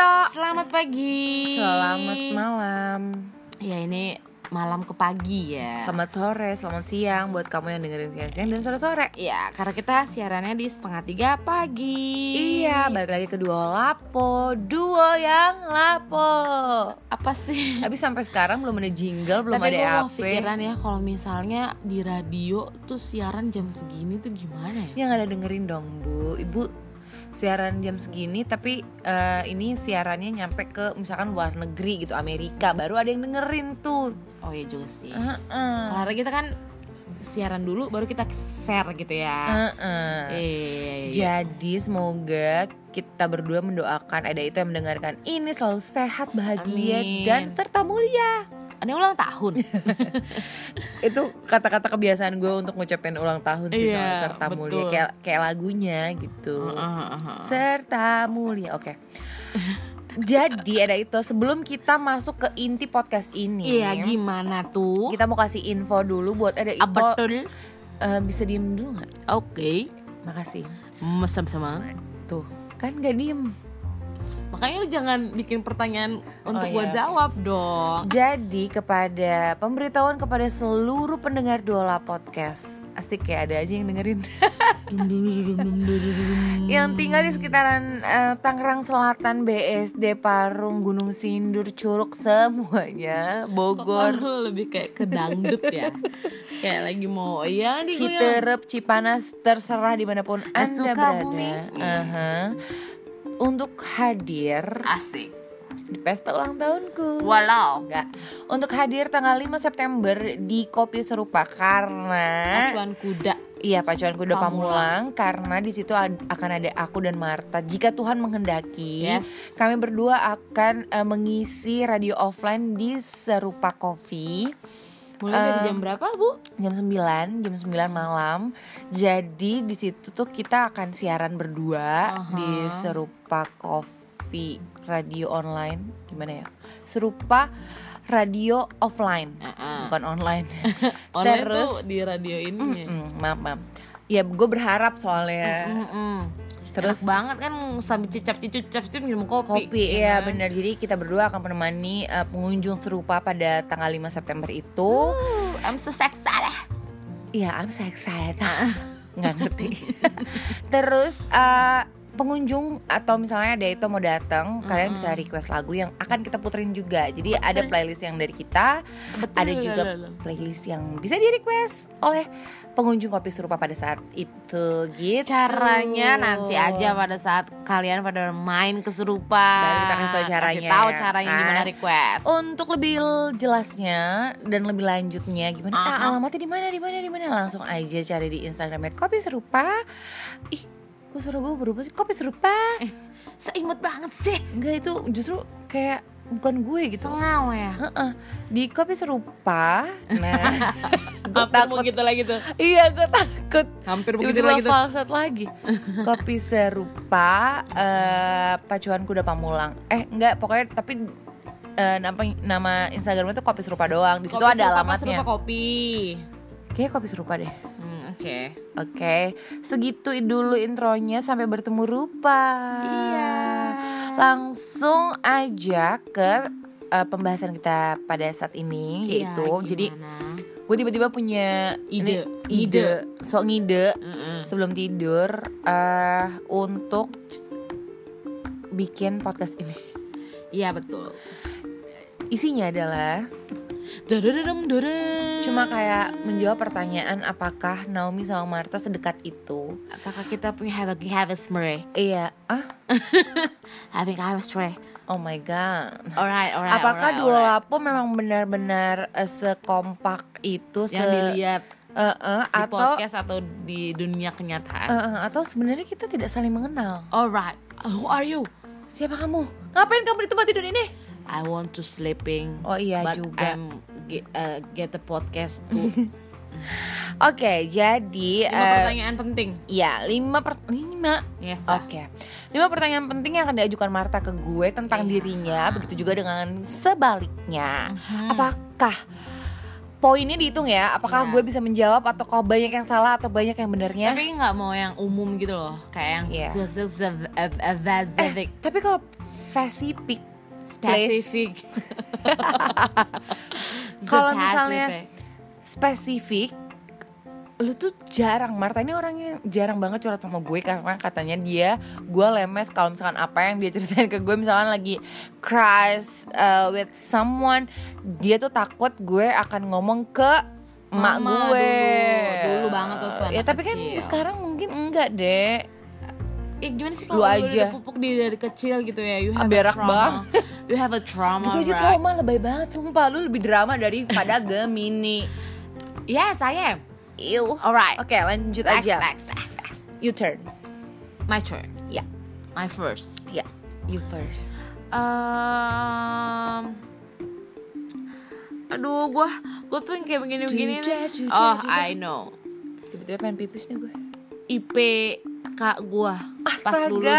Tok. Selamat pagi. Selamat malam. Ya ini malam ke pagi ya. Selamat sore, selamat siang buat kamu yang dengerin siang-siang dan sore-sore. Ya, karena kita siarannya di 2:30 pagi. Iya, balik lagi ke Duo Lapo. Duo yang lapo. Apa sih? Tapi sampai sekarang belum ada jingle, belum Tapi gue ada mau AP. pikiran ya, kalau misalnya di radio tuh siaran jam segini tuh gimana ya? Ya nggak ada dengerin dong, Bu. Ibu siaran jam segini, tapi ini siarannya nyampe ke misalkan luar negeri gitu, Amerika, baru ada yang dengerin tuh. Oh iya juga sih. Karena kita kan siaran dulu, baru kita share gitu ya. Iya. Jadi semoga kita berdua mendoakan ada itu yang mendengarkan ini selalu sehat, bahagia, Amin. dan serta mulia. Ini ulang tahun. Itu kata-kata kebiasaan gue untuk ngucapin ulang tahun sih, Iya, sama serta betul. mulia, kayak lagunya gitu. Serta mulia, oke. Jadi ada itu, sebelum kita masuk ke inti podcast ini, Iya, gimana tuh? kita mau kasih info dulu buat ada itu. Betul. Bisa diem dulu nggak? Oke. Makasih. Sama-sama. Tuh kan gak diem. Makanya lu jangan bikin pertanyaan untuk Oh, gua iya. jawab dong. Jadi kepada pemberitahuan kepada seluruh pendengar Dola Podcast, asik ya, ada aja yang dengerin. Yang tinggal di sekitaran Tangerang Selatan, BSD, Parung, Gunung Sindur, Curug, semuanya, Bogor, Kok lebih kayak ke dangdut ya. Kayak lagi mau ya di Citerep, Cipanas, terserah dimanapun Anda Sukabumi. berada. Untuk hadir asik. di pesta ulang tahunku. Walau Enggak. Untuk hadir tanggal 5 September di Kopi Serupa karena pacuan kuda. iya, Pacuan Kuda Pamulang. Pamulang, karena di situ akan ada aku dan Marta. Jika Tuhan menghendaki, Yes. kami berdua akan mengisi radio offline di Serupa Coffee. Mulai dari jam berapa, Bu? Jam 9 malam. Jadi di situ tuh kita akan siaran berdua di Serupa Coffee Radio Online. Gimana ya? Serupa Radio Offline, bukan online. Online Terus tuh di radio ini. maaf. Ya gue berharap soalnya. Terus Terus banget kan sambil cicap minum kopi. iya kan? benar. Jadi kita berdua akan menemani pengunjung Serupa pada tanggal 5 September itu. I'm so excited. Iya, I'm so excited. Nggak ngerti. Terus pengunjung atau misalnya ada itu mau datang, kalian bisa request lagu yang akan kita puterin juga. Jadi ada playlist yang dari kita, ada juga playlist yang bisa di request oleh pengunjung Kopi Serupa pada saat itu gitu. Caranya nanti aja pada saat kalian pada main ke Serupa. Baru kita kasih tahu caranya. Kasih tahu caranya kan? gimana request. Untuk lebih jelasnya dan lebih lanjutnya gimana? Alamatnya di mana? Langsung aja cari di Instagram Kopi Serupa. Ih, kok suara gue berubah sih? Kopi Serupa. Seimut banget sih. Enggak, itu justru kayak bukan gue gitu. Sengau ya. Di Kopi Serupa. Nah, gue Hampir mau gitu lagi tuh. Iya, gue takut. Hampir begitu Tiba-tiba lagi tuh. falset lagi. Kopi Serupa, Pacuan Kuda Pamulang. Enggak, pokoknya tapi nama Instagramnya tuh Kopi Serupa doang. Di situ Kopi ada Serupa, alamatnya. Serupa kopi. Kayaknya Kopi Serupa deh. Oke. Oke, segitu dulu intronya, sampai bertemu rupa. Iya. Langsung aja ke pembahasan kita pada saat ini, yaitu jadi gue tiba-tiba punya ide sebelum tidur untuk bikin podcast ini. Iya betul. Isinya adalah cuma kayak menjawab pertanyaan apakah Naomi sama Marta sedekat itu. Apakah kita punya chemistry? Iya, Having chemistry. oh my god. Alright. Apakah Duo Lapo memang benar-benar sekompak itu yang dilihat di atau podcast atau di dunia kenyataan? atau sebenarnya kita tidak saling mengenal? Alright. Who are you? Siapa kamu? Ngapain kamu di tempat tidur ini? I want to sleeping. Oh iya but juga. I'm get the podcast too. Oke, jadi 5 pertanyaan penting. ya 5. Yes. Oke. 5 pertanyaan penting yang akan diajukan Marta ke gue tentang dirinya, begitu juga dengan sebaliknya. Apakah poinnya dihitung ya? Apakah gue bisa menjawab atau kau banyak yang salah atau banyak yang benernya? Tapi nggak mau yang umum gitu loh, kayak yang Iya. khusus evasive. Tapi kalau spesifik. Kalau misalnya spesifik, lu tuh jarang. Marta ini orangnya jarang banget curhat sama gue karena katanya gue lemes kalau misalkan apa yang dia ceritain ke gue, misalkan lagi crush with someone, dia tuh takut gue akan ngomong ke emak gue. Dulu banget tuh ya tapi kan sekarang mungkin enggak deh. Gimana sih kalau lu udah pupuk dari kecil gitu ya, you have berak a trauma. Bang. You have a trauma. Gitu aja trauma lebay banget, sumpah. Lu lebih drama daripada Gemini. Yes, I am. Ew. Alright. Oke, lanjut aja. Next. You turn. My turn. Yeah. My first. Yeah. You first. Aduh, gue tuh yang kayak begini-begini nih. I know. Tiba-tiba pengen pipis nih gue. IPK gue pas lulus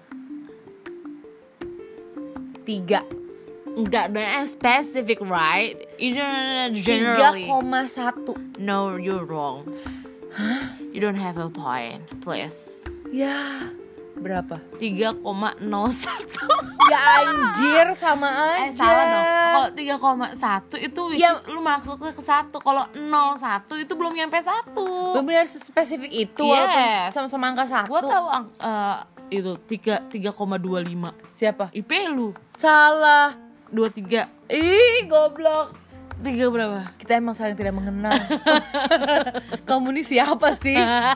3. Enggak, udah specific, right? Generally 3,1. No, you're wrong. You don't have a point, please. Ya, berapa? 3,01. Ya anjir, sama aja. Salah dong. Kalau 3,1 itu lu masuk ke 1. Kalau 0,1 itu belum nyampe 1. Benar spesifik itu. Yes. Sama-sama angka 1. Gue tahu itu 3,25. Siapa? IP lu. Salah. 23. Ih, goblok. 3 berapa? Kita emang saling tidak mengenal. Kamu nih siapa sih?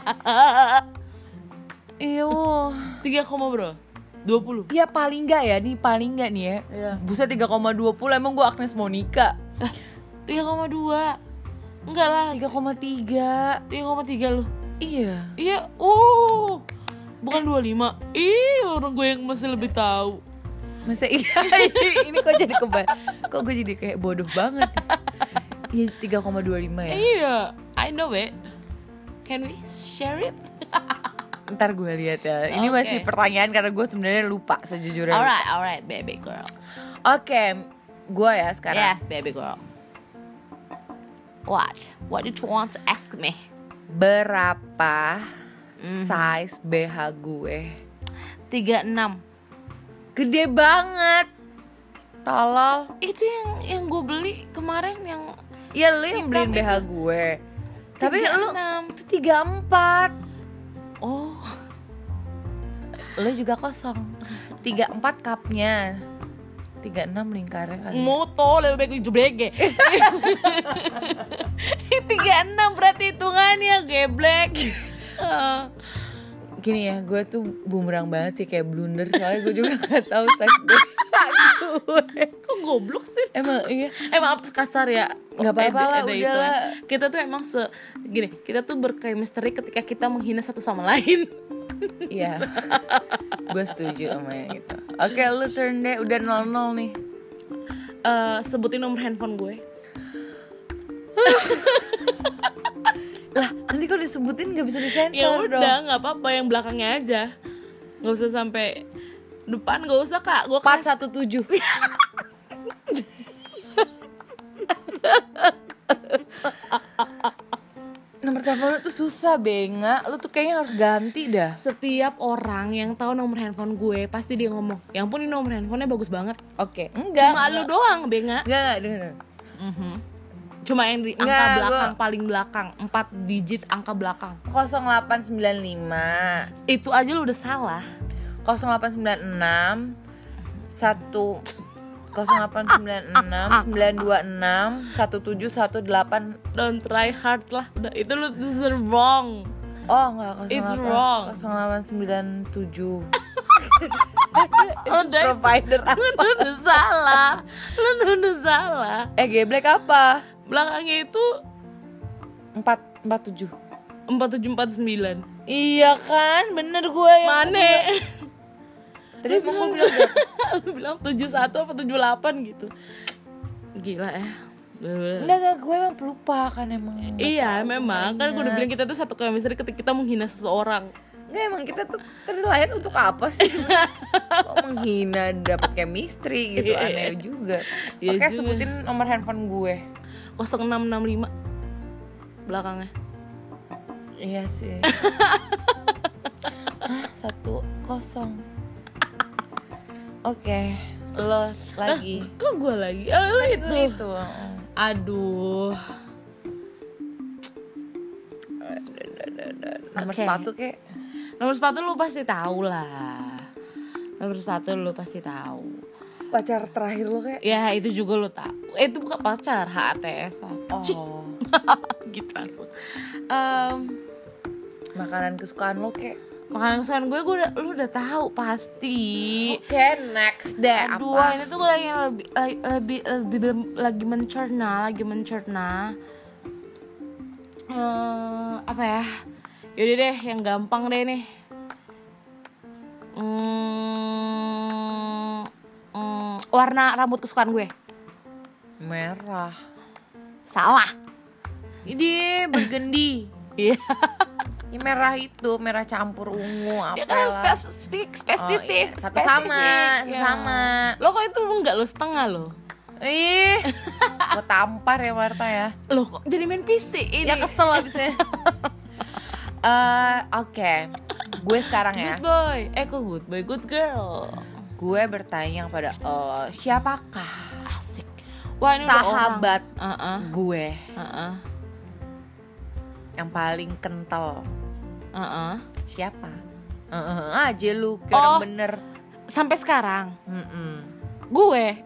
Iyo. 3, bro. 20. Ya paling enggak ya, paling enggak nih ya. Iya. Buset 3,20, emang gue Agnes Monica. 3,2. Enggak lah. 3,3. 3,3 lu. Iya. Iya. Bukan 25. Orang gue yang masih lebih tahu. Masa iya? Ini kok jadi kok gue jadi kayak bodoh banget. Iya 3,25 ya. Iya, I know it. Can we share it? Ntar gue lihat ya. Ini masih pertanyaan karena gue sebenarnya lupa sejujurnya. Alright, baby girl. Oke, gue ya sekarang. Yes, baby girl. What did you want to ask me? Berapa size BH gue? 36. Gede banget. Tolol. Itu yang gue beli kemarin yang. Ya lu yang beliin BH gue. Tapi lu itu 34. Oh. Lu juga kosong. 34 cupnya. 36 lingkarnya kan. Moto lebih baik jublege. 36 berarti hitungannya geblek. Gini ya, gue tuh bumerang banget sih, kayak blunder. Soalnya gue juga gak tahu size gue. Kok goblok sih? Emang iya. Emang kasar ya. Gak apa-apa lah, udahlah. Kita tuh emang gini, kita tuh berchemistry ketika kita menghina satu sama lain. Iya. Gue setuju sama yang itu. Oke, lu turn deh, udah 0-0 nih. Sebutin nomor handphone gue. Lah, nanti kalau disebutin gak bisa disensor dong. Ya udah, gak apa-apa, yang belakangnya aja. Gak usah sampai depan, gak usah kak. Gue 417. Nomor telepon lu tuh susah, Benga. Lu tuh kayaknya harus ganti dah. Setiap orang yang tahu nomor handphone gue pasti dia ngomong, ya ampun ini nomor handphonenya bagus banget. Oke, enggak. Cuma lu doang, Benga. Enggak, denger. Cuma yang di angka belakang, paling belakang 4 digit angka belakang 0895. Itu aja lu udah salah. 0896 0896 926 1718. Don't try hard lah. Udah, itu lu wrong. Oh enggak, 08, It's wrong. 0897. Provider apa? Lu udah salah. Lu udah salah. Geblek apa? Belakangnya itu 447. 4749. Iya kan, bener gue yang Mane. Tadi mau gue bilang berapa? Lu bilang 71 apa 78 gitu. Gila ya. Enggak, gue emang pelupa kan emang. Iya memang, kan gue udah bilang kita tuh satu chemistry ketika kita menghina seseorang. Enggak, emang kita tuh terlahir untuk apa sih? Kok menghina dapat chemistry gitu, aneh juga. Oke, sebutin nomor handphone gue. 0665 belakangnya. Iya sih. 10. Oke, lo lagi. Kok gue lagi? Lo itu. Aduh. Nomor sepatu kayak. Nomor sepatu lu pasti tahu lah. Nomor sepatu lu pasti tahu. Pacar terakhir lo kayak? Ya itu juga lu tahu. Itu bukan pacar, HTS. Oh. Gitu langsung. Makanan kesukaan lo kayak? Makanan kesukaan gue lu udah tahu pasti. Oke, next deh. Aduh, apa? ini tuh gue lagi mencerna. Apa ya? Yaudah deh, yang gampang deh nih. Warna rambut kesukaan gue. Merah. Salah. Ini burgundy. Iya. Ini merah itu, merah campur ungu apa Ya kan lah. spesifik. Satu sama. Lo kok itu lu enggak, lo setengah lo. Ih, gue tampar ya Marta ya. Lo kok jadi main PC ini? Ya kesel abisnya. Oke. Gue sekarang ya. Good boy. Kok good boy, good girl. Gue bertanya kepada lo, siapakah Asik. Wah, ini sahabat udah gue yang paling kental? Siapa? Aja lu kayak orang bener. Sampai sekarang. Gue.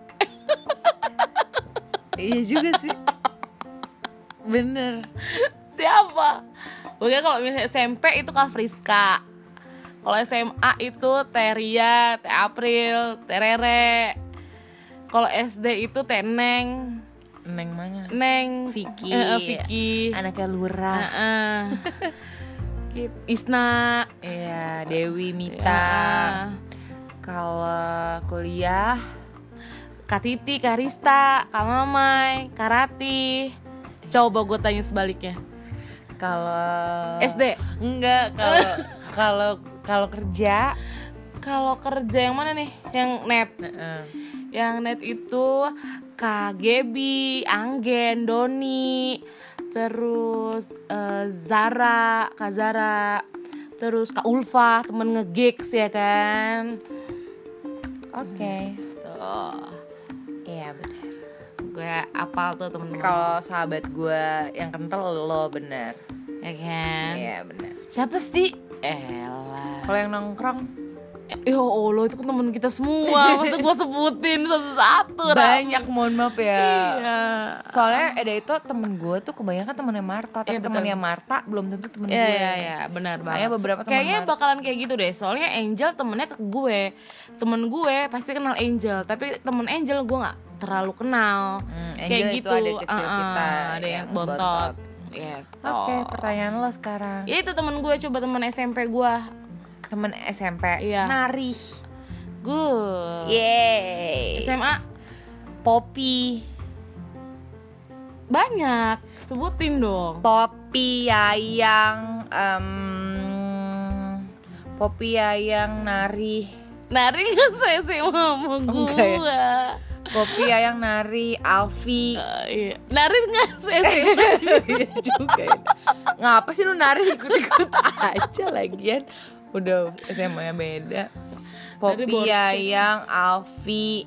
Iya juga sih. Bener. Siapa? Pokoknya kalau misalnya SMP itu Kak Friska. Kalau SMA itu Teria, Teh April, Terere. Kalau SD itu Teneng. Neng mana? Neng Vicky. Vicky. Anaknya Lurah. Isna. Iya, Dewi, Mita. Kalau kuliah Kak Titi, Kak Rista, Kak Mamai, Kak Rati. Coba gue tanya sebaliknya. Kalau SD? Enggak, kalau kerja. Kalau kerja yang mana nih? Yang net. Yang net itu Kak Gebi, Anggen, Doni, terus Zara, Kak Zara, terus Kak Ulfa, temen nge-gigs ya kan. Oke. Tuh. Iya benar. Gue apal tuh temen-temen. Kalau sahabat gue yang kental lo benar. Ya kan? Iya benar. Siapa sih? Elah. Kalau yang nongkrong, Ya Allah, itu kan temen kita semua. Masa gue sebutin satu-satu? banyak, mohon maaf ya. Iya. Soalnya Eda itu temen gue tuh kebanyakan temennya Marta. Tapi temennya Marta belum tentu temen gue. Iya, benar banget. Beberapa temen Kayaknya Marta bakalan kayak gitu deh. Soalnya Angel temennya ke gue. Temen gue pasti kenal Angel. Tapi temen Angel gue gak terlalu kenal. Angel Kayak itu gitu. adik kecil kita ada yang bontot. Gitu. Oke, pertanyaan lo sekarang. Ya itu temen gue, coba temen SMP gue. Temen SMP. Iya. Nari. Good. Yeay. SMA Poppy. banyak, sebutin dong. Poppy, Yayang, Poppy, Yayang, Nari. Nari nggak saya sih sama gue. ya? Poppy, Yayang, Nari, Alfi. Iya. Nari nggak saya sih. Iya juga ya. Ngapa sih lu Nari ikut-ikut aja lagian. Udah SMA-nya beda. Poppy, Yayang, Alfi,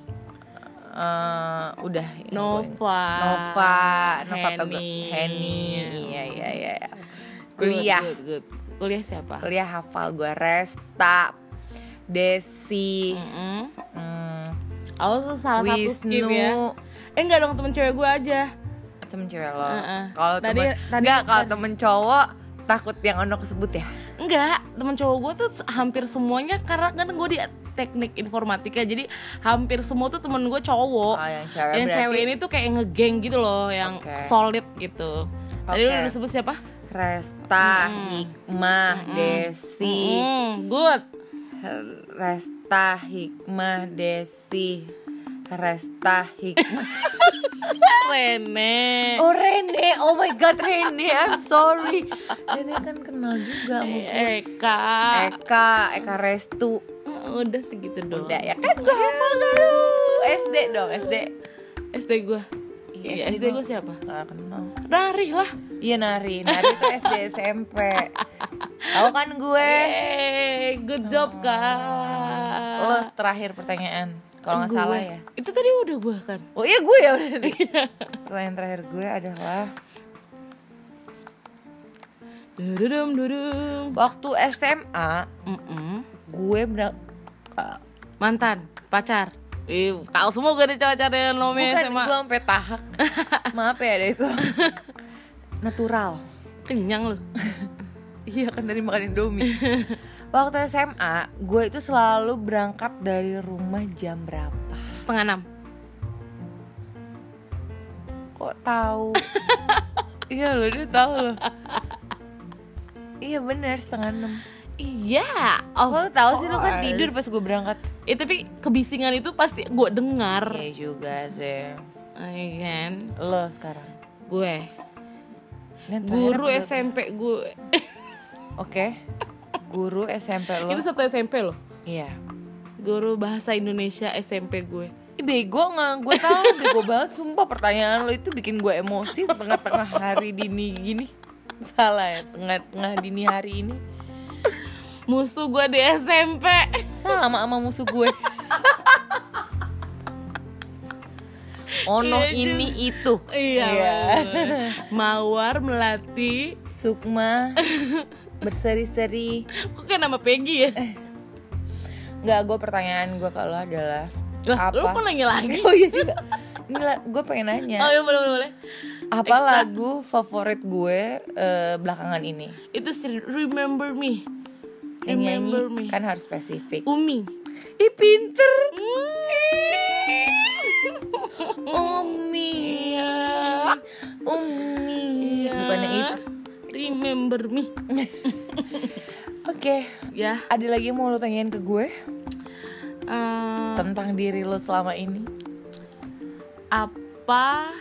udah Nova atau Henny. Iya. Kuliah. Good. Kuliah siapa? Kuliah hafal gue Resta, Desi, Aku tuh salah satu skip ya. Wisnu. Enggak dong, temen cewek gue aja. Temen cewek lo. Kalau temen cowok takut yang ono kesebut ya? Enggak, temen cowok gue tuh hampir semuanya, karena kan gue di teknik informatika, jadi hampir semua tuh temen gue cowok. Yang cewek yang cewek ini tuh kayak ngegeng gitu loh, yang solid gitu. Tadi udah disebut siapa? Resta, Hikmah, Desi. Good. Resta, Hikmah, Desi. Resta, Hikmah. Rene. Oh Rene, oh my god Rene, I'm sorry. Rene kan kenal juga sama gue. Eka Restu. Udah segitu dong. Udah ya kan gue hafal kan. SD dong, SD gue. Iya, SD gue siapa? Gak kenal. Nari lah. Iya Nari itu SD SMP. Tahu kan gue. Good job Kak. Lo terakhir pertanyaan kalau nggak salah ya. Itu tadi udah gue kan. Oh iya gue ya udah. Pertanyaan terakhir gue adalah waktu SMA gue mantan pacar. Tahu semua gue ada cowok-cowok yang Nomi bukan, SMA. gue sampai tahak. Maaf ya ada itu. Natural. Kenyang lu. Iya kan tadi makan Indomie. Waktu SMA gue itu selalu berangkat dari rumah jam berapa? 5:30. Kok tahu? Iya loh, dia tahu loh. Iya benar 5:30. Iya. Lo tahu sih, lo kan tidur pas gue berangkat. Tapi kebisingan itu pasti gue dengar. Iya juga sih. Iya kan. Lo sekarang. Gue. Guru SMP gue. Oke. Guru SMP lo. Itu satu SMP loh. Iya. Guru bahasa Indonesia SMP gue. Bego nggak? Gue tahu bego banget. Sumpah pertanyaan lo itu bikin gue emosi tengah-tengah hari dini gini. Salah ya, tengah-tengah dini hari ini. Musuh gue di SMP. Sama musuh gue. Ono ini itu. Iya. Mawar, Melati, Sukma, berseri-seri. Kok kayak nama Peggy ya? Nggak, gue pertanyaan gue kalau adalah Lah, apa? lu kok nanya lagi? Oh iya juga. Ini gue pengen nanya. Oh iya boleh. Apa Extra. lagu favorit gue belakangan ini? Itu Remember Me. Yang nyanyi Remember Me. kan harus spesifik. Umi. Ih pinter. Umi. Umi. Bukannya itu. Remember Me. Oke. Ya. Ada lagi yang mau lo tanyain ke gue tentang diri lo selama ini? Apa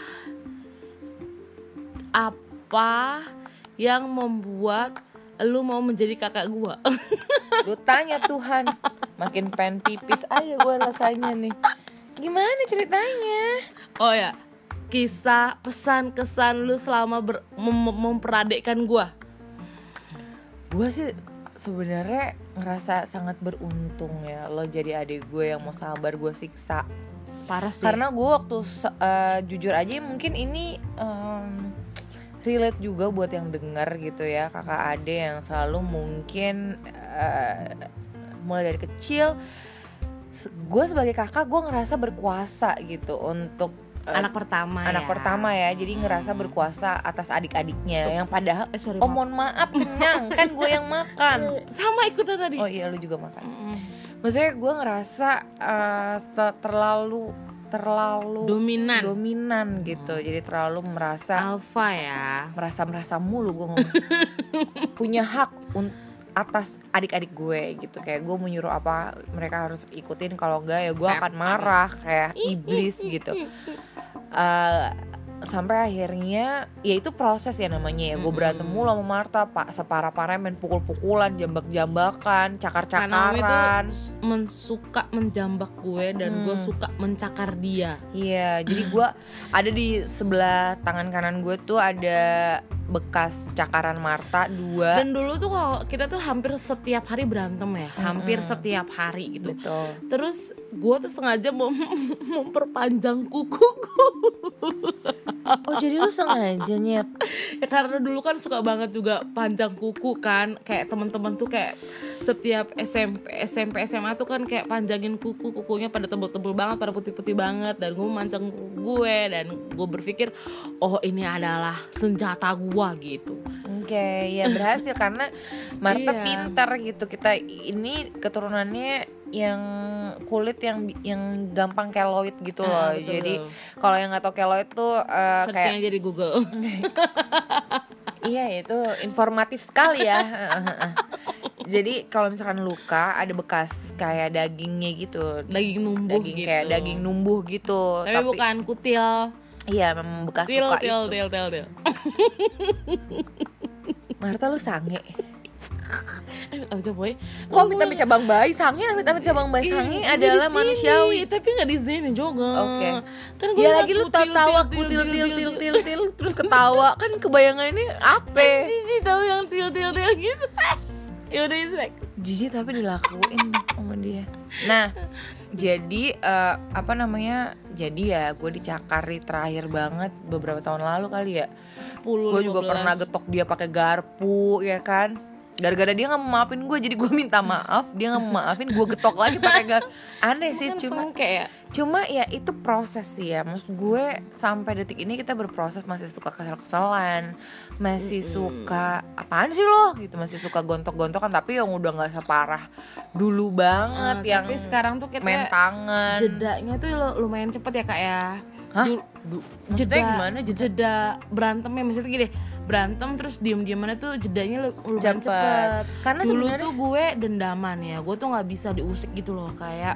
yang membuat lu mau menjadi kakak gua? Lu tanya Tuhan. Makin pengen pipis aja gue rasanya nih. Gimana ceritanya? Oh ya, kisah pesan kesan lu selama memperadekkan gua. Gue sih sebenarnya ngerasa sangat beruntung ya lo jadi adik gue yang mau sabar gue siksa. Parah sih. Karena gue waktu jujur aja mungkin ini relate juga buat yang denger gitu ya, kakak adik yang selalu mungkin mulai dari kecil gue sebagai kakak gue ngerasa berkuasa gitu untuk anak pertama ya, jadi ngerasa berkuasa atas adik-adiknya yang padahal sorry, mohon maaf kenyang kan gue yang makan. Sama ikutan tadi. Oh iya lu juga makan. Maksudnya gue ngerasa terlalu dominan gitu. Jadi terlalu merasa alpha ya. Merasa mulu gue ngomong. Punya hak atas adik-adik gue gitu. Kayak gue mau nyuruh apa mereka harus ikutin, kalau enggak ya gue akan marah kayak iblis gitu. Sampai akhirnya ya itu proses ya namanya ya. Gue berantem mulu sama Marta, Pak, separah-parah main pukul-pukulan, jambak-jambakan, cakar-cakaran. Suka menjambak gue dan gue suka mencakar dia. Iya, jadi gue ada di sebelah tangan kanan gue tuh ada bekas cakaran Marta 2. Dan dulu tuh kalau kita tuh hampir setiap hari berantem ya, hampir setiap hari gitu. Betul. Terus gue tuh sengaja memperpanjang kukuku. Oh jadi lu sengaja Nyet? Ya karena dulu kan suka banget juga panjang kuku kan. Kayak teman-teman tuh kayak setiap SMP SMA tuh kan kayak panjangin kukunya pada tebel-tebel banget, pada putih-putih banget. Dan gue memancang kuku gue dan gue berpikir oh ini adalah senjata gue gitu. Oke, ya berhasil karena Marta pintar gitu. Kita ini keturunannya yang kulit yang gampang keloid gitu loh. Betul. Jadi kalau yang nggak tahu keloid tuh searching aja di Google. Iya itu informatif sekali ya. Jadi kalau misalkan luka ada bekas kayak dagingnya gitu, daging numbuh gitu. Kayak daging numbuh gitu. Tapi bukan kutil. Iya memang bekas luka itu. Til. Marta lu sange. Kok amit-amit cabang bayi? Sange amit-amit cabang bayi. Sange adalah manusiawi. Tapi nggak di sini juga. Oke. Kan ya lagi lu tawa kutil terus ketawa kan kebayangannya apa? Cici tahu yang til gitu. Ya udah itu jijik tapi dilakuin sama dia. Nah, jadi apa namanya? Jadi ya gue dicakari terakhir banget beberapa tahun lalu kali ya. 10 Gue juga pernah getok dia pakai garpu ya kan. Gara-gara dia nggak mau maafin gue, jadi gue minta maaf, dia nggak mau maafin, gue getok lagi pakai garpu. Aneh sih, cuma ya itu proses sih ya. Maksud gue sampai detik ini kita berproses, masih suka kesel-keselan, masih suka apaan sih lo gitu, masih suka gontok-gontokan, tapi yang udah nggak separah dulu banget. Yang tapi sekarang tuh kita main tangan, jedanya tuh lumayan cepet ya kak ya. Hah? Maksudnya gimana? Jeda berantemnya, maksudnya gini, berantem terus diem-diemannya tuh jedanya lumayan cepet. Karena dulu sebenarnya tuh gue dendaman ya, gue tuh nggak bisa diusik gitu loh, kayak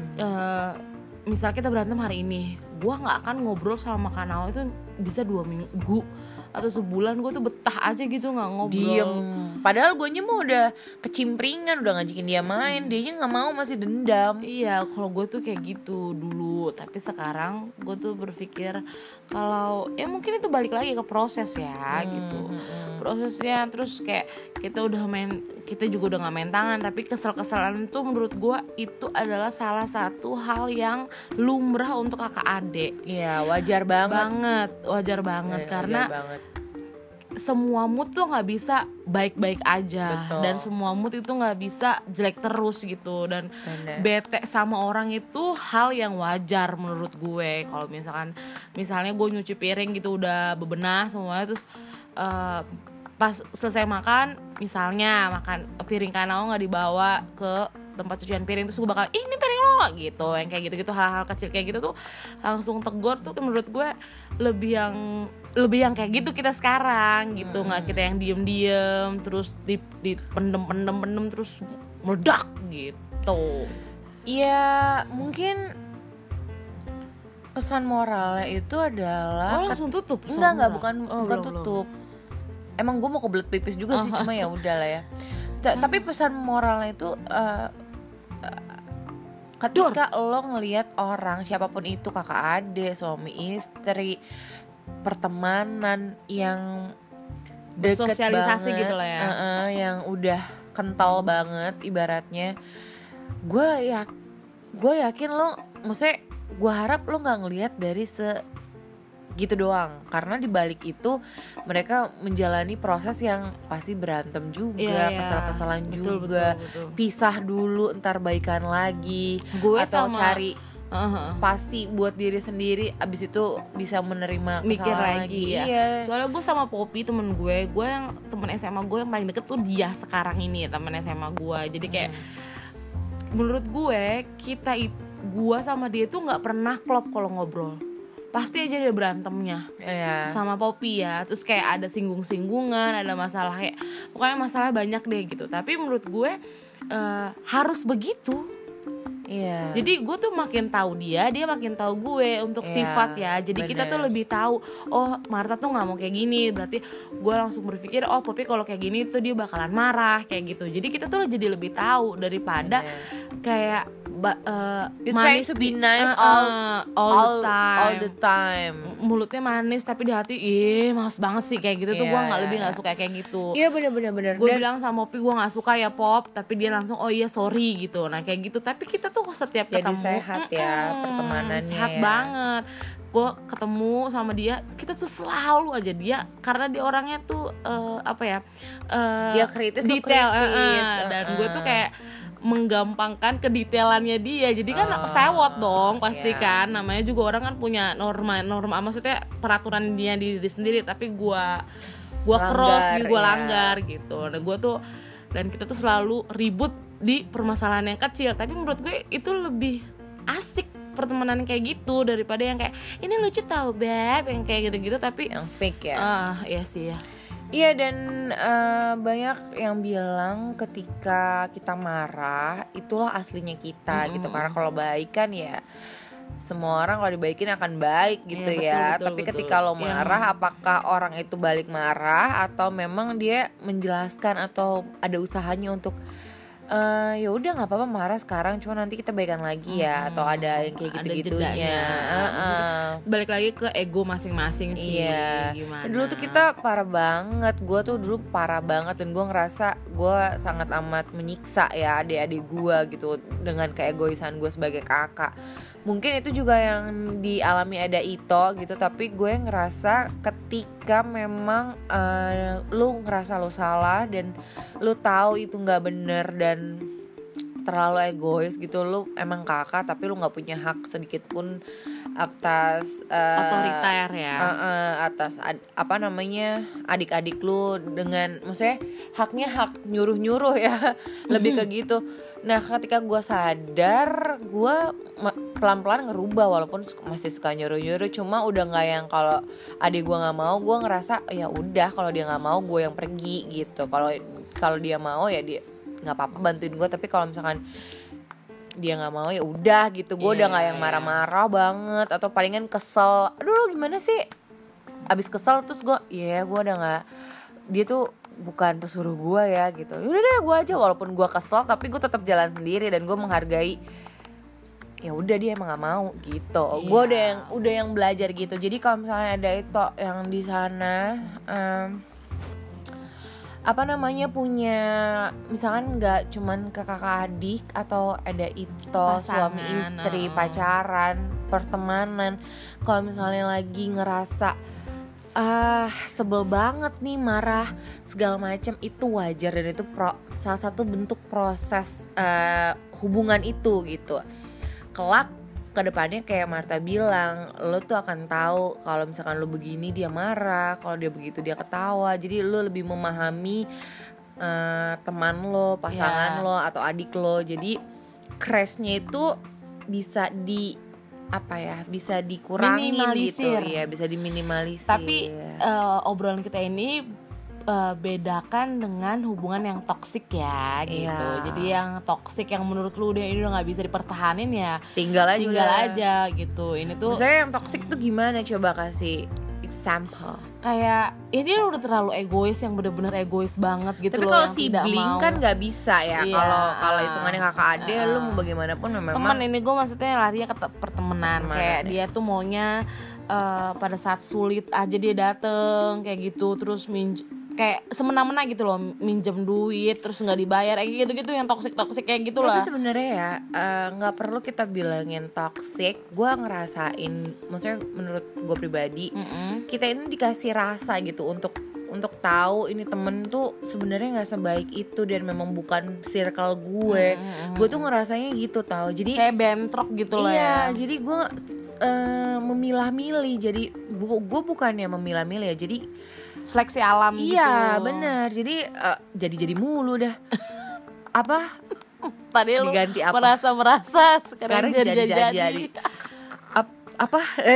misal kita berantem hari ini, gue nggak akan ngobrol sama Kanao itu bisa 2 minggu atau sebulan. Gue tuh betah aja gitu nggak ngobrol, diem. Padahal gue mau udah kecimpringan, udah ngajakin dia main, dianya nggak mau, masih dendam. Iya, kalau gue tuh kayak gitu dulu. Tapi sekarang gue tuh berpikir kalau ya mungkin itu balik lagi ke proses ya gitu. Prosesnya terus kayak kita juga udah nggak main tangan, tapi kesel-keselan tuh menurut gue itu adalah salah satu hal yang lumrah untuk kakak adik. Iya, wajar banget. Wajar banget karena wajar banget. Semua mood tuh nggak bisa baik-baik aja. Betul. Dan semua mood itu nggak bisa jelek terus gitu. Dan bete sama orang itu hal yang wajar menurut gue. Kalau misalnya gue nyuci piring gitu udah bebenah semuanya, terus pas selesai makan, misalnya makan piring Kanao nggak dibawa ke tempat cucian piring, terus gue bakal ini piring lo gitu, yang kayak gitu-gitu, hal-hal kecil kayak gitu tuh langsung tegur tuh menurut gue lebih yang kayak gitu kita sekarang gitu. Nggak kita yang diem-diem terus dipendem terus meledak gitu. Ya mungkin pesan moralnya itu adalah langsung tutup. Enggak, bukan tutup. Emang gue mau kebelet pipis juga sih, cuma ya udahlah ya. Tapi pesan moralnya itu ketika lo ngelihat orang, siapapun itu, kakak adik, suami istri, pertemanan yang deket bersosialisasi banget, gitu lah ya, yang udah kental banget ibaratnya, gue yakin lo, maksudnya gue harap lo nggak ngelihat dari gitu doang, karena di balik itu mereka menjalani proses yang pasti berantem juga, kesal-kesalan juga, betul. Pisah dulu, ntar baikan lagi, atau cari spasi buat diri sendiri, abis itu bisa menerima mikir lagi ya. Iya. Soalnya gue sama Poppy, temen gue yang temen SMA gue yang paling deket tuh dia sekarang ini, temen SMA gue. Jadi kayak menurut gue gue sama dia tuh nggak pernah klop kalau ngobrol. Pasti aja ada berantemnya sama Poppy ya. Terus kayak ada singgung-singgungan, ada masalah kayak pokoknya masalah banyak deh gitu. Tapi menurut gue harus begitu. Jadi gue tuh makin tahu dia makin tahu gue untuk sifat ya. Jadi kita tuh lebih tahu, oh Marta tuh nggak mau kayak gini, berarti gue langsung berpikir oh Poppy kalau kayak gini tuh dia bakalan marah kayak gitu. Jadi kita tuh jadi lebih tahu daripada kayak you trying to be nice all the time. Mulutnya manis tapi di hati males banget sih kayak gitu tuh. Gue lebih nggak suka kayak gitu. Iya bener. Gue bilang sama Poppy gue nggak suka ya Pop, tapi dia langsung oh iya sorry gitu. Nah kayak gitu. Tapi kita tuh setiap ketemu sehat ya pertemanannya, sehat banget. Gue ketemu sama dia, kita tuh selalu aja dia, karena dia orangnya tuh dia kritis, detail, dan gue tuh kayak menggampangkan kedetailannya dia. Jadi kan sewot dong pasti kan. Namanya juga orang kan punya norma maksudnya peraturan dia diri sendiri, tapi gue cross, gue langgar gitu. Dan kita tuh selalu ribut di permasalahan yang kecil. Tapi menurut gue itu lebih asik pertemanan kayak gitu daripada yang kayak ini lucu tau beb, yang kayak gitu-gitu tapi yang fake ya. Iya sih ya. Iya, dan banyak yang bilang ketika kita marah itulah aslinya kita gitu. Karena kalau baik kan ya semua orang kalau dibaikin akan baik gitu ya. Tapi ketika lo marah, apakah orang itu balik marah atau memang dia menjelaskan atau ada usahanya untuk ya udah nggak apa-apa marah sekarang, cuma nanti kita baikan lagi ya, atau ada yang kayak gitu-gitunya. Balik lagi ke ego masing-masing sih. Iya. Gimana? Dulu tuh kita parah banget, gue tuh dulu parah banget, dan gue ngerasa gue sangat amat menyiksa ya adik-adik gue gitu dengan keegoisan gue sebagai kakak. Mungkin itu juga yang dialami ada Ito gitu, tapi gue ngerasa ketika memang lu ngerasa lu salah dan lu tahu itu nggak bener dan terlalu egois gitu, lu emang kakak tapi lu nggak punya hak sedikit pun atas otoriter ya, atas apa namanya adik-adik lu, dengan maksudnya haknya hak nyuruh-nyuruh ya lebih ke gitu. Nah ketika gue sadar, gue pelan-pelan ngerubah, walaupun masih suka nyuruh-nyuruh, cuma udah nggak yang kalau adik gue nggak mau, gue ngerasa ya udah kalau dia nggak mau gue yang pergi gitu. Kalau dia mau ya dia nggak apa-apa bantuin gue, tapi kalau misalkan dia nggak mau ya udah gitu. Gue udah nggak yang marah-marah banget atau palingan kesel, aduh lu gimana sih, abis kesel terus gue gue udah nggak, dia tuh bukan pesuruh gue ya gitu, udah deh gue aja, walaupun gue kesel tapi gue tetap jalan sendiri dan gue menghargai, ya udah dia emang nggak mau gitu. Gue udah yang belajar gitu. Jadi kalau misalnya ada itu yang di sana apa namanya punya misalkan nggak cuman ke kakak adik atau ada itu suami istri, pacaran, pertemanan, kalau misalnya lagi ngerasa sebel banget nih, marah segala macam, itu wajar dan itu salah satu bentuk proses hubungan itu gitu. Kelak kedepannya kayak Marta bilang, lo tuh akan tahu kalau misalkan lo begini dia marah, kalau dia begitu dia ketawa. Jadi lo lebih memahami teman lo, pasangan lo atau adik lo. Jadi crashnya itu bisa bisa dikurangi gitu ya, bisa diminimalisir. Tapi obrolan kita ini bedakan dengan hubungan yang toksik ya gitu. Jadi yang toksik yang menurut lu ini udah nggak bisa dipertahanin ya tinggal aja gitu. Ini tuh misalnya yang toksik tuh gimana, coba kasih example. Kayak ini udah terlalu egois, yang bener-bener egois banget gitu. Tapi loh. Tapi kalau sibling kan nggak bisa ya. Kalau hitungannya kakak adik, lu mau bagaimanapun memang. Teman ini gue maksudnya larinya ke pertemanan. Kayak dia tuh maunya pada saat sulit aja dia dateng kayak gitu, terus kayak semena-mena gitu loh, minjem duit terus nggak dibayar, kayak gitu-gitu yang toksik kayak gitu lah. Tapi sebenarnya ya nggak perlu kita bilangin toksik. Gue ngerasain, maksudnya menurut gue pribadi, kita ini dikasih rasa gitu untuk tahu ini temen tuh sebenarnya nggak sebaik itu dan memang bukan circle gue. Gue tuh ngerasanya gitu tahu. Jadi kayak bentrok gitu lah ya. Iya, jadi gue memilah-milih. Jadi gue bukannya memilah-milih ya. Jadi seleksi alam gitu. Iya benar. Jadi jadi mulu dah. Apa? Tadi lu diganti apa? merasa sekarang jadi. Apa?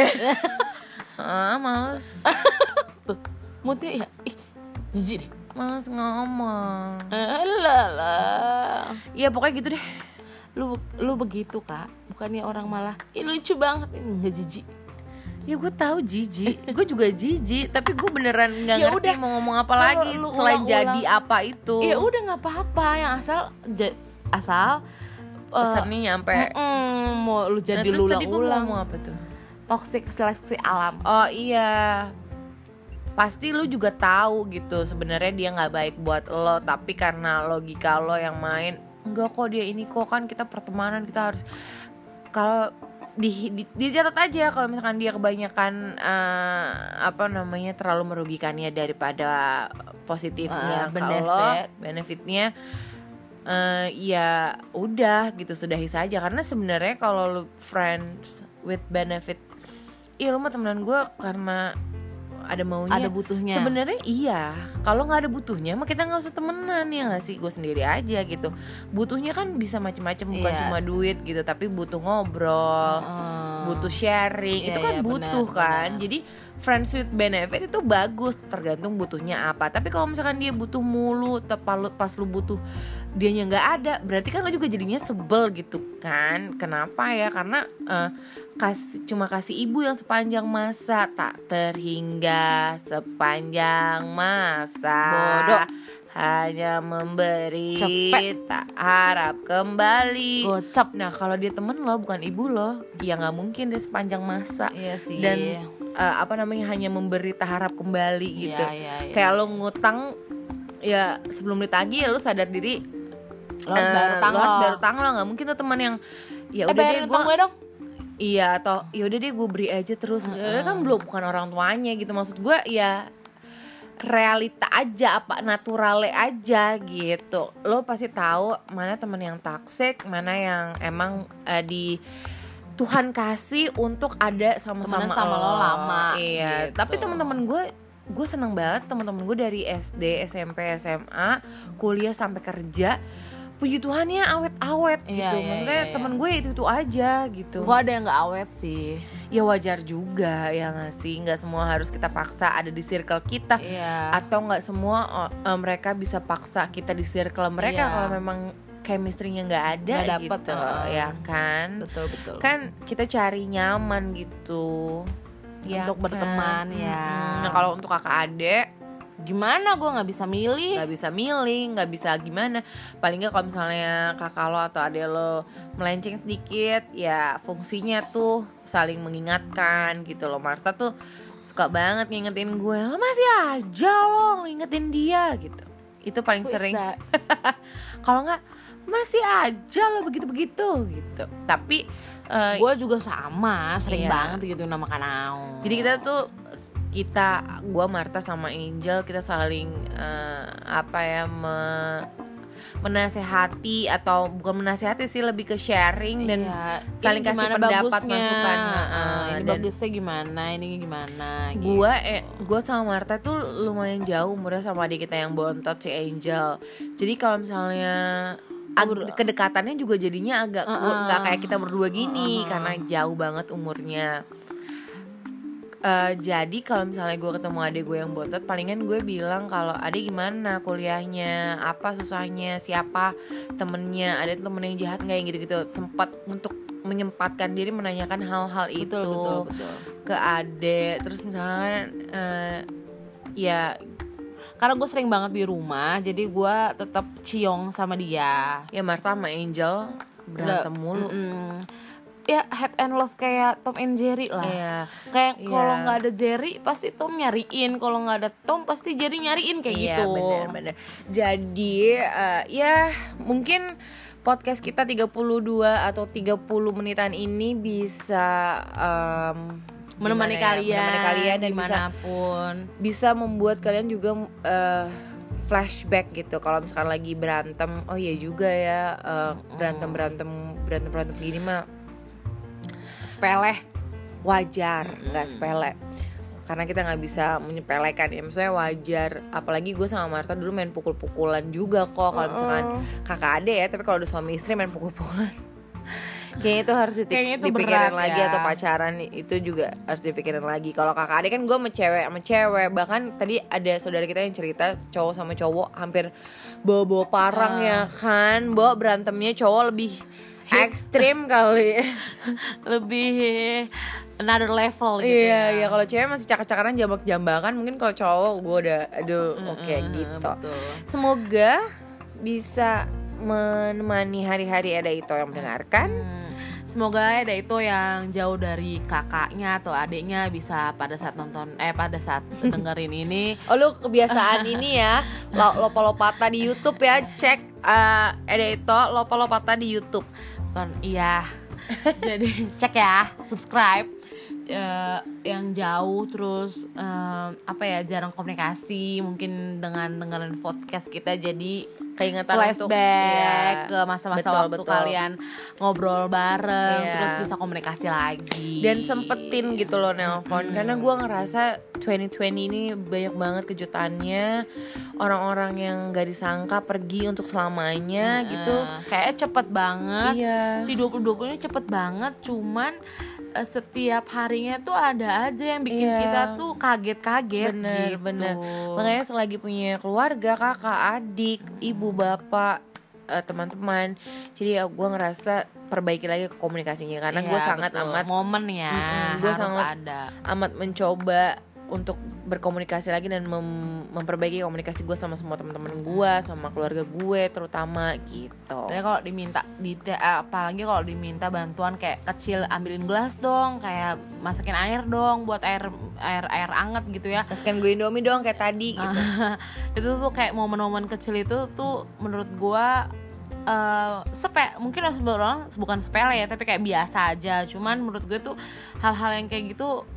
Males. Tuh, moodnya ya. Jijik deh. Males ngomong. Alah. Iya pokoknya gitu deh. Lu begitu Kak. Bukannya orang malah lucu banget, nggak jijik. Ya gue tahu jijik, gue juga jijik, tapi gue beneran nggak ngerti mau ngomong apa lagi selain jadi apa itu. Ya udah nggak apa-apa, yang asal pesannya nyampe. Mau lu jadi terus ulang-ulang. Tadi gue mau ngomong apa tuh? Toxic seleksi alam. Oh iya, pasti lu juga tahu gitu sebenarnya dia nggak baik buat lo, tapi karena logika lo yang main, enggak kok dia ini kok, kan kita pertemanan, kita harus, kalau dicatat aja kalau misalkan dia kebanyakan terlalu merugikannya daripada positifnya, kalau benefitnya ya udah gitu, sudahi saja. Karena sebenarnya kalau lu friends with benefit, lu mah temenan gue karena ada maunya, ada butuhnya. Sebenarnya iya, kalau nggak ada butuhnya mah kita nggak usah temenan, ya nggak sih, gue sendiri aja gitu. Butuhnya kan bisa macam-macam, bukan cuma duit gitu, tapi butuh ngobrol, butuh sharing, itu kan butuh kan. Jadi friends with benefit itu bagus, tergantung butuhnya apa. Tapi kalau misalkan dia butuh mulu, pas lu butuh dianya nggak ada, berarti kan lo juga jadinya sebel gitu kan. Kenapa ya? Karena cuma kasih ibu yang sepanjang masa, tak terhingga sepanjang masa. Bodoh. hanya memberi, Cepet. tak harap kembali. Gocap. Nah kalau dia temen lo bukan ibu lo, ya nggak mungkin deh sepanjang masa. Iya sih. Dan hanya memberi tak harap kembali gitu. Iya. Kayak lo ngutang, ya sebelum ditagih ya lo sadar diri Lo harus bayar utang lo harus lo. bayar utang lo. Nggak mungkin tuh teman yang ya udah Bayarin deh utang gue dong. iya, atau ya udah deh gue beri aja terus. Kan belum, bukan orang tuanya gitu. Maksud gue ya realita aja, apa naturale aja gitu. Lo pasti tahu mana teman yang toxic, mana yang emang di Tuhan kasih untuk ada sama-sama Temenan sama lo lama, Iya, gitu. tapi teman-teman gue seneng banget teman-teman gue dari SD, SMP, SMA, kuliah sampai kerja. Puji Tuhannya awet-awet gitu. Maksudnya temen gue itu aja gitu. Gue ada yang gak awet sih. Ya wajar juga ya nggak sih. Nggak semua harus kita paksa ada di circle kita. Atau nggak semua mereka bisa paksa kita di circle mereka. Kalau memang chemistry-nya nggak ada gak dapet, gitu, ya kan. Betul. Kan kita cari nyaman gitu. Untuk berteman ya. Nah kalau untuk kakak adek, gimana gue nggak bisa milih, nggak bisa gimana. Paling nggak kalau misalnya kakak lo atau adek lo melenceng sedikit, ya fungsinya tuh saling mengingatkan gitu loh. Marta tuh suka banget ngingetin gue, lo masih aja lo ngingetin dia gitu. Itu paling sering. Kalau nggak masih aja lo begitu gitu. Tapi gue juga sama, sering banget gitu nama kanau. Jadi gue Marta sama Angel kita saling menasehati, atau bukan menasehati sih, lebih ke sharing dan saling kasih pendapat, masukan. Ini bagusnya gimana, ini gimana. Gue sama Marta tuh lumayan jauh umurnya sama adik kita yang bontot si Angel. Jadi kalau misalnya kedekatannya juga jadinya agak nggak kayak kita berdua gini karena jauh banget umurnya. Jadi kalau misalnya gue ketemu adik gue yang bontot, palingan gue bilang kalau adik gimana kuliahnya, apa susahnya, siapa temennya, ada temen yang jahat nggak, yang gitu-gitu. Sempat untuk menyempatkan diri menanyakan hal-hal itu betul. ke adik. Terus misalnya ya karena gue sering banget di rumah, jadi gue tetap ciong sama dia. Ya Marta sama Angel berantem mulu. Ya head and love kayak Tom and Jerry lah. Kayak kalau nggak ada Jerry pasti Tom nyariin, kalau nggak ada Tom pasti Jerry nyariin kayak gitu. Bener. Jadi ya mungkin podcast kita 32 atau 30 menitan ini bisa menemani kalian dan dimanapun, bisa membuat kalian juga flashback gitu. Kalau misalkan lagi berantem, oh iya juga ya, berantem gini mah sepele, wajar, nggak sepele, karena kita nggak bisa menyepelekan ya. Maksudnya wajar, apalagi gue sama Marta dulu main pukul-pukulan juga kok. Kalau misalkan kakak ade ya, tapi kalau udah suami istri main pukul-pukulan kayaknya itu harus dipikirin lagi ya. Atau pacaran itu juga harus dipikirin lagi. Kalau kakak adik kan gue sama cewek, bahkan tadi ada saudara kita yang cerita cowok sama cowok hampir bawa parang ya kan. Bawa berantemnya cowok lebih ekstrim kali, lebih another level gitu. Iya, kalau cewek masih cakar-cakaran, jambak-jambakan. Mungkin kalau cowok gue udah oke, gitu. Betul. Semoga bisa menemani hari-hari Ada Ito yang mendengarkan. Semoga Ada Ito yang jauh dari kakaknya atau adiknya bisa pada saat dengerin ini. Oh lu kebiasaan ini ya, Lopa-Lopata di YouTube ya, cek Ada Ito Lopa-Lopata di YouTube. Iya. Jadi cek ya, subscribe. Yang jauh terus jarang komunikasi, mungkin dengan dengerin podcast kita jadi keingetan flashback ke masa-masa waktu kalian ngobrol bareng, terus bisa komunikasi lagi dan sempetin gitu loh nelpon. Karena gue ngerasa 2020 ini banyak banget kejutannya, orang-orang yang gak disangka pergi untuk selamanya gitu. Kayaknya cepet banget. Si 2020 ini cepet banget, cuman setiap harinya tuh ada aja yang bikin kita tuh kaget-kaget. Bener. Makanya selagi punya keluarga, kakak, adik, ibu, bapak, teman-teman, jadi gue ngerasa perbaiki lagi komunikasinya. Karena gue sangat amat momen ya, gue sangat amat mencoba untuk berkomunikasi lagi dan memperbaiki komunikasi gue sama semua teman-teman gue, sama keluarga gue terutama gitu. Tapi kalau diminta apalagi kalau diminta bantuan kayak kecil, ambilin gelas dong, kayak masakin air dong buat air anget gitu ya. Masakin gue Indomie dong kayak tadi gitu. Itu tuh kayak momen-momen kecil itu tuh menurut gue mungkin orang bukan sepele ya, tapi kayak biasa aja. Cuman menurut gue tuh hal-hal yang kayak gitu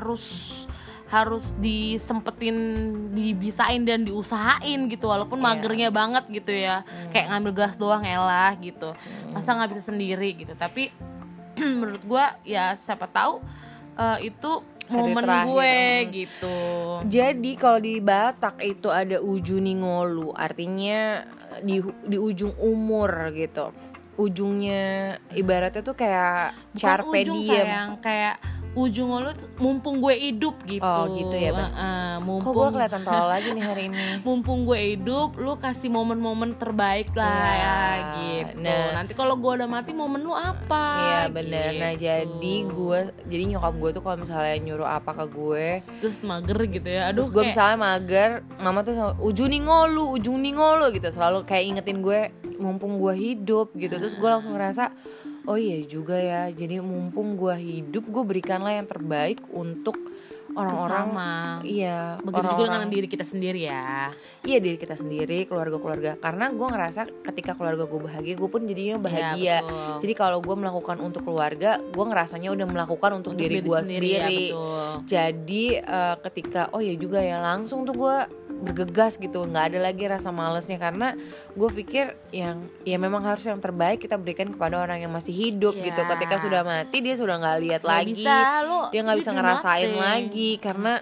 harus disempetin, dibisain dan diusahain gitu, walaupun magernya banget gitu ya. Kayak ngambil gelas doang elah gitu, masa nggak bisa sendiri gitu. Tapi menurut gue ya siapa tahu itu momen gue gitu. Jadi kalau di Batak itu ada ujuni ngolu, artinya di ujung umur gitu. Ujungnya ibaratnya tuh kayak carpe diem. Sayang, kayak ujung lu mumpung gue hidup gitu. Oh gitu ya, mumpung. Kok gue kelihatan tolol lagi nih hari ini. Mumpung gue hidup, lu kasih momen-momen terbaik lah ya gitu. Nah, nanti kalau gue udah mati, momen lu apa? Iya benar. Gitu. Nah jadi nyokap gue tuh kalau misalnya nyuruh apa ke gue, terus mager gitu ya. Terus gue misalnya mager, mama tuh ujung ningolu gitu, selalu kayak ingetin gue mumpung gue hidup gitu. Terus gue langsung ngerasa, oh iya juga ya, jadi mumpung gue hidup, gue berikanlah yang terbaik untuk orang-orang. Iya. Begitu juga dengan diri kita sendiri ya. Iya, diri kita sendiri, keluarga. Karena gue ngerasa ketika keluarga gue bahagia, gue pun jadinya bahagia. Ya, jadi kalau gue melakukan untuk keluarga, gue ngerasanya udah melakukan untuk diri gue sendiri. Ya, jadi ketika oh ya juga ya, langsung tuh gue bergegas gitu, nggak ada lagi rasa malesnya, karena gue pikir ya memang harus yang terbaik kita berikan kepada orang yang masih hidup gitu. Ketika sudah mati dia sudah nggak lihat lagi, dia nggak bisa ngerasain lagi karena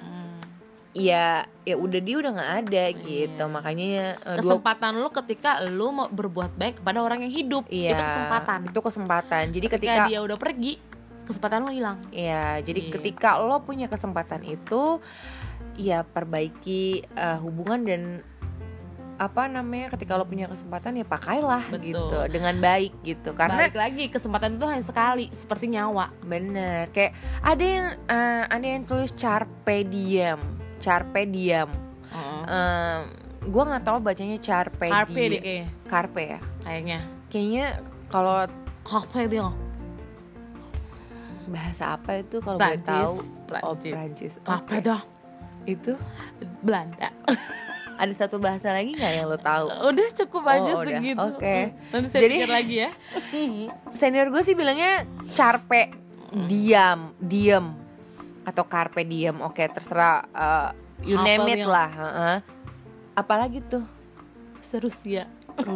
ya udah dia udah nggak ada gitu. Makanya kesempatan lu ketika lu mau berbuat baik kepada orang yang hidup, itu kesempatan. Jadi ketika dia udah pergi, kesempatan lu hilang. Iya, jadi ketika lo punya kesempatan itu, ya perbaiki hubungan dan ketika lo punya kesempatan ya pakailah. Betul. Gitu dengan baik gitu, karena balik lagi kesempatan itu hanya sekali, seperti nyawa. Bener, kayak ada yang tulis carpe diem. Gue nggak tahu bacanya carpe diem. Carpe ya kayaknya kalau carpe diem bahasa apa itu kalau gue tahu? Prancis. Carpe diem itu Belanda. Ada satu bahasa lagi nggak yang lo tahu? Udah cukup aja segitu. Oke. Nanti saya pikir lagi ya. Senior gue sih bilangnya carpe diem atau carpe diem. Oke, terserah, you name it lah. Apalagi tuh? Rusia.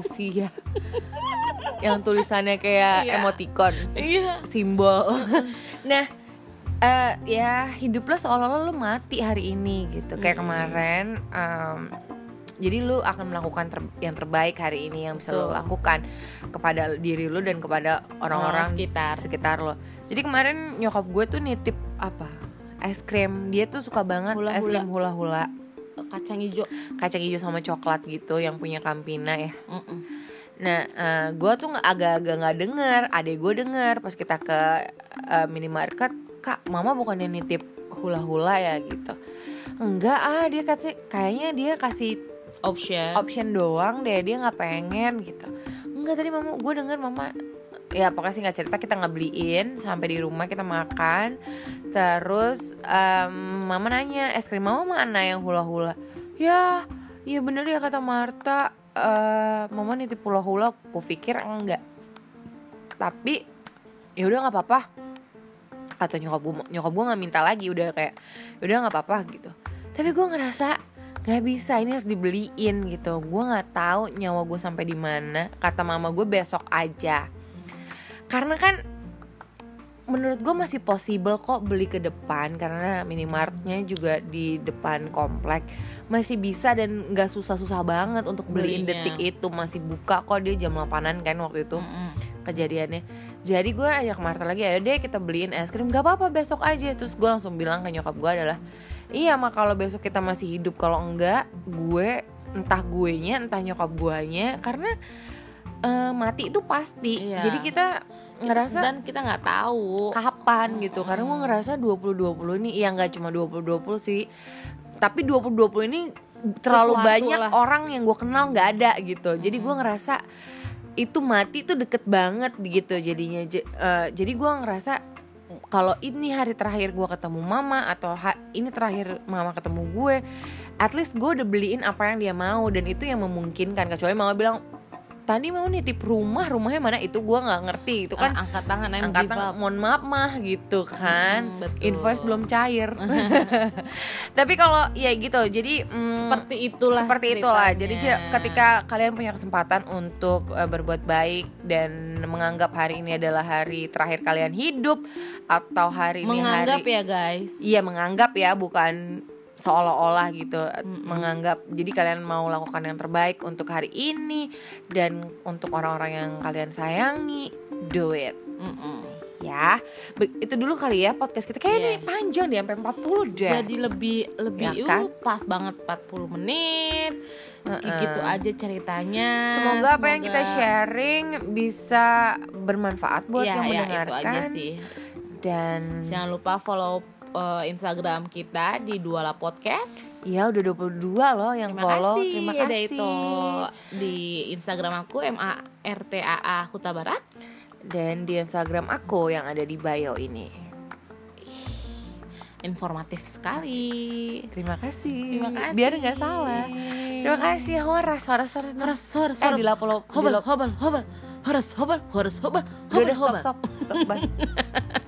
Yang tulisannya kayak emoticon, simbol. Nah, ya hiduplah seolah-olah lu mati hari ini gitu. Kayak kemarin, jadi lu akan melakukan yang terbaik hari ini yang bisa lu lakukan kepada diri lu dan kepada orang-orang sekitar lo. Jadi kemarin nyokap gue tuh nitip es krim. Dia tuh suka banget es krim hula-hula, kacang hijau sama coklat gitu, yang punya Campina ya. Nah, gue tuh agak-agak nggak dengar, adek gue dengar pas kita ke minimarket. Kak, mama bukannya nitip hula-hula ya gitu? Enggak, dia kayaknya dia kasih option doang deh, dia nggak pengen gitu. Enggak, tadi gue dengar mama, ya pokoknya sih nggak cerita, kita nggak beliin, sampai di rumah kita makan. Terus mama nanya, es krim mama mana yang hula-hula? Ya bener ya kata Marta, mama nitip hula-hula. Aku pikir enggak, tapi ya udah nggak apa-apa kata nyokap gue nggak minta lagi, udah kayak udah nggak apa-apa gitu. Tapi gue ngerasa nggak bisa, ini harus dibeliin gitu. Gue nggak tahu nyawa gue sampai di mana. Kata mama gue besok aja, karena kan menurut gue masih possible kok beli ke depan, karena minimartnya juga di depan komplek, masih bisa dan nggak susah-susah banget untuk beliin detik itu, masih buka kok, dia jam 8-an kan waktu itu kejadiannya. Jadi gue ajak Marta lagi, ayo deh kita beliin es krim, gak apa-apa besok aja. Terus gue langsung bilang ke nyokap gue adalah, iya mak, kalau besok kita masih hidup, kalau enggak gue, entah guenya entah nyokap guanya, karena mati itu pasti. Jadi kita ngerasa, dan kita nggak tahu kapan gitu. Karena gue ngerasa 2020 ini, ya nggak cuma 2020 sih, Tapi 2020 ini terlalu Sesuatu banyak lah. orang yang gue kenal nggak ada gitu. Jadi gue ngerasa itu mati tuh deket banget gitu jadinya. Jadi gue ngerasa kalau ini hari terakhir gue ketemu mama atau ini terakhir mama ketemu gue, at least gue udah beliin apa yang dia mau, dan itu yang memungkinkan. Kecuali mama bilang tadi mau nitip rumahnya mana, itu gue nggak ngerti. Itu kan angkat tangan, angkat tangan, mohon maaf mah gitu kan. Betul. Invoice belum cair. Tapi kalau ya gitu, jadi seperti itulah Jadi ketika kalian punya kesempatan untuk berbuat baik dan menganggap hari ini adalah hari terakhir kalian hidup, atau hari ini menganggap ya guys. Iya, menganggap ya, bukan seolah-olah gitu. Menganggap. Jadi kalian mau lakukan yang terbaik untuk hari ini dan untuk orang-orang yang kalian sayangi, do it. Ya, itu dulu kali ya podcast kita. Kayaknya panjang deh, sampai 40 deh. Jadi lebih Ya kan? pas banget 40 menit. Gitu aja ceritanya. Semoga apa yang kita sharing bisa bermanfaat buat yang mendengarkan. Itu aja sih. Dan jangan lupa follow Instagram kita di Duala Podcast. Ya udah 22 loh yang follow. Terima kasih. Ada itu di Instagram aku MARTAA Huta Barat, dan di Instagram aku yang ada di bio ini. Informatif sekali. Terima kasih. Biar nggak salah. Terima kasih. Horas. Di lapo. Hobel. Udah stop. Bye.